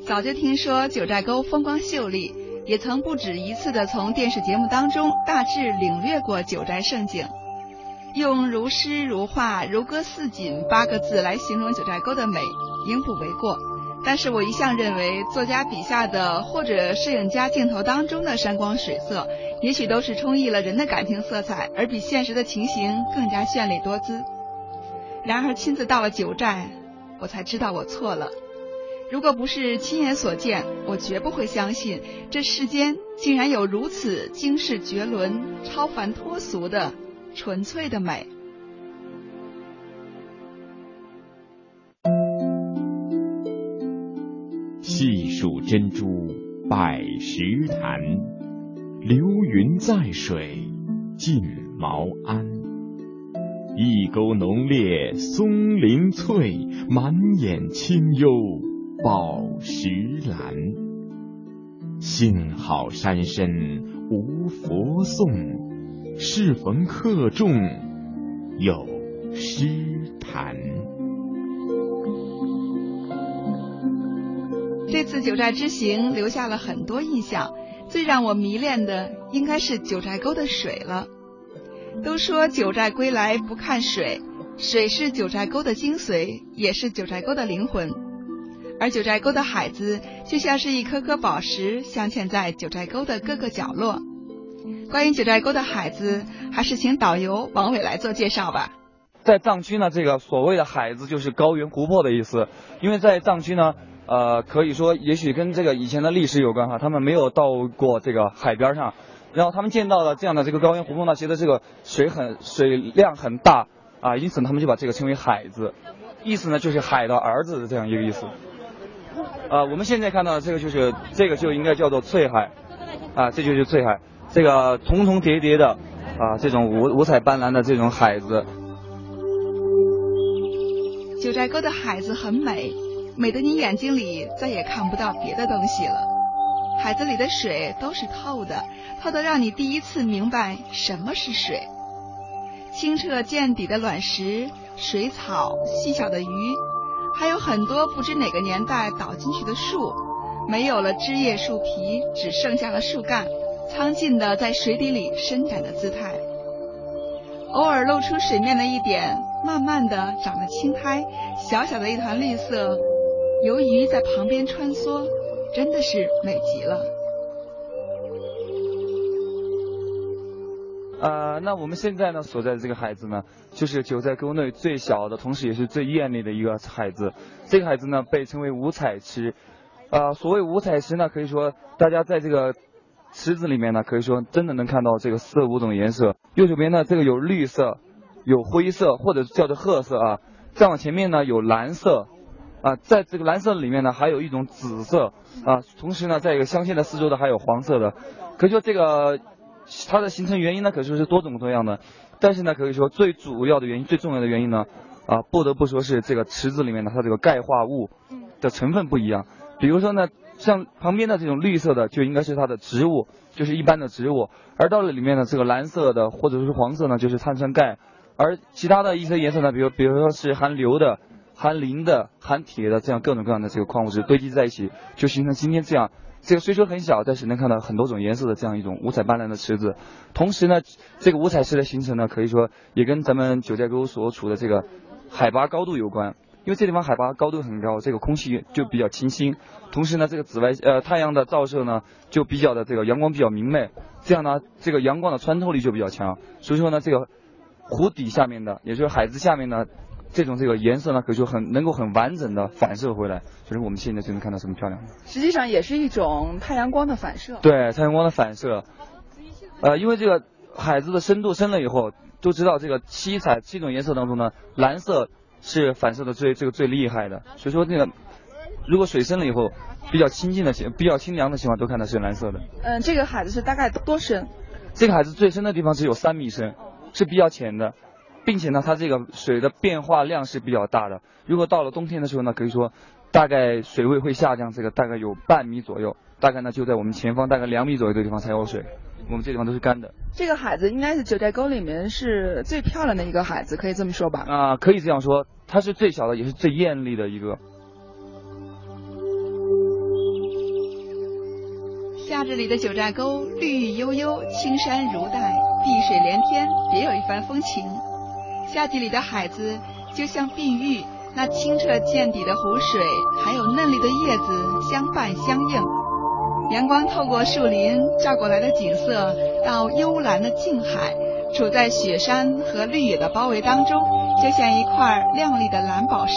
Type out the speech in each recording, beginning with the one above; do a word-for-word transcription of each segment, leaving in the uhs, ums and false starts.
早就听说九寨沟风光秀丽，也曾不止一次的从电视节目当中大致领略过九寨胜景。用如诗如画如歌似锦八个字来形容九寨沟的美，应不为过。但是我一向认为，作家笔下的或者摄影家镜头当中的山光水色，也许都是充溢了人的感情色彩，而比现实的情形更加绚丽多姿。然而亲自到了九寨，我才知道我错了。如果不是亲眼所见，我绝不会相信这世间竟然有如此惊世绝伦、超凡脱俗的纯粹的美。 细数珍珠百石潭，流云在水尽毛鞍。一沟浓烈松林翠，满眼清幽宝石蓝。幸好山深无佛诵，适逢客众有诗谈。 这次九寨之行留下了很多印象，最让我迷恋的应该是九寨沟的水了。都说九寨归来不看水，水是九寨沟的精髓，也是九寨沟的灵魂。而九寨沟的海子就像是一颗颗宝石，镶嵌在九寨沟的各个角落。关于九寨沟的海子，还是请导游王伟来做介绍吧。 在藏区呢，这个所谓的海子就是高原湖泊的意思，因为在藏区呢呃，可以说也许跟这个以前的历史有关哈，他们没有到过这个海边上，然后他们见到了这样的这个高原湖泊呢，觉得这个水很水量很大啊，因此他们就把这个称为海子，意思呢就是海的儿子的这样一个意思。呃，我们现在看到的这个就是这个就应该叫做翠海啊，这就是翠海，这个重重叠叠的啊这种五五彩斑斓的这种海子。 九寨沟的海子很美，美得你眼睛里再也看不到别的东西了。海子里的水都是透的，透得让你第一次明白什么是水。清澈见底的卵石、水草、细小的鱼，还有很多不知哪个年代倒进去的树，没有了枝叶树皮，只剩下了树干，苍劲的在水底里伸展的姿态。偶尔露出水面的一点，慢慢的长了青苔，小小的一团绿色，游鱼在旁边穿梭，真的是美极了。 呃，那我们现在呢所在的这个海子呢，就是九寨沟内最小的，同时也是最艳丽的一个海子。这个海子呢被称为五彩池。呃，所谓五彩池呢，可以说大家在这个池子里面呢，可以说真的能看到这个四五种颜色。右手边呢，这个有绿色，有灰色，或者叫做褐色啊。再往前面呢有蓝色。啊，在这个蓝色里面呢，还有一种紫色啊，同时呢，在一个镶嵌的四周的还有黄色的。可以说这个它的形成原因呢，可以说是多种多样的。但是呢，可以说最主要的原因、最重要的原因呢，啊，不得不说是这个池子里面的它这个钙化物的成分不一样。比如说呢，像旁边的这种绿色的，就应该是它的植物，就是一般的植物；而到了里面的这个蓝色的或者是黄色呢，就是碳酸钙；而其他的一些颜色呢，比如比如说是含硫的。含磷的、含铁的，这样各种各样的这个矿物质堆积在一起，就形成今天这样这个虽说很小，但是能看到很多种颜色的这样一种五彩斑斓的池子。同时呢，这个五彩池的形成呢，可以说也跟咱们九寨沟所处的这个海拔高度有关。因为这地方海拔高度很高，这个空气就比较清新，同时呢，这个紫外呃太阳的照射呢就比较的这个阳光比较明媚，这样呢，这个阳光的穿透力就比较强。所以说呢，这个湖底下面的，也就是海子下面呢。这种这个颜色呢，可以说很能够很完整的反射回来，就是我们现在就能看到这么漂亮的。 实际上也是一种太阳光的反射。 对，太阳光的反射。呃，因为这个海子的深度深了以后，都知道这个七彩七种颜色当中呢，蓝色是反射的最这个最厉害的。所以说那个如果水深了以后，比较清净的情比较清凉的情况都看到是蓝色的。 嗯，这个海子是大概多深？ 这个海子最深的地方只有三米深，是比较浅的。并且呢，它这个水的变化量是比较大的。如果到了冬天的时候呢，可以说大概水位会下降，这个大概有半米左右，大概呢就在我们前方大概两米左右的地方才有水，我们这地方都是干的。 这个海子应该是九寨沟里面是最漂亮的一个海子，可以这么说吧？ 啊、呃，可以这样说，它是最小的，也是最艳丽的一个。 夏日里的九寨沟，绿意悠悠，青山如黛，碧水连天，别有一番风情。夏季里的海子就像碧玉，那清澈见底的湖水，还有嫩绿的叶子相伴相映。阳光透过树林照过来的景色，到幽蓝的静海，处在雪山和绿野的包围当中，就像一块亮丽的蓝宝石。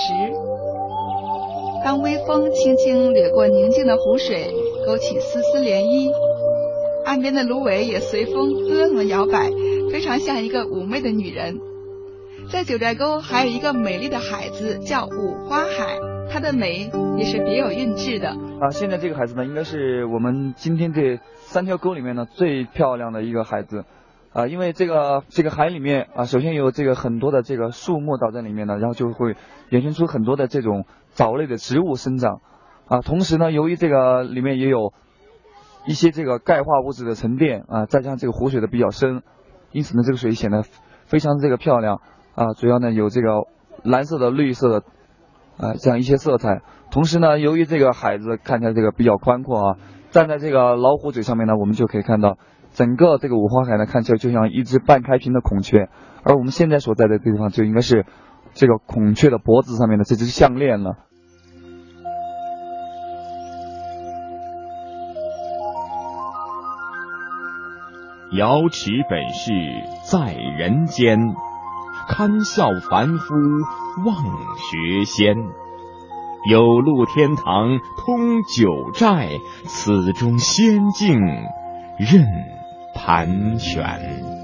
当微风轻轻掠过宁静的湖水，勾起丝丝涟漪，岸边的芦苇也随风咯咯摇摆，非常像一个妩媚的女人。在九寨沟还有一个美丽的海子叫五花海，它的美也是别有韵致的啊。现在这个海子呢，应该是我们今天这三条沟里面呢最漂亮的一个海子啊，因为这个这个海里面啊，首先有这个很多的这个树木倒在里面呢，然后就会衍生出很多的这种藻类的植物生长啊。同时呢，由于这个里面也有一些这个钙化物质的沉淀啊，再加上这个湖水的比较深，因此呢，这个水显得非常这个漂亮啊。主要呢有这个蓝色的、绿色的啊这样一些色彩。同时呢，由于这个海子看起来这个比较宽阔啊，站在这个老虎嘴上面呢，我们就可以看到整个这个五花海呢，看起来就像一只半开屏的孔雀，而我们现在所在的地方就应该是这个孔雀的脖子上面的这只项链了。 瑶池本是在人间，堪笑凡夫望学仙。有路天堂通九寨，此中仙境任盘旋。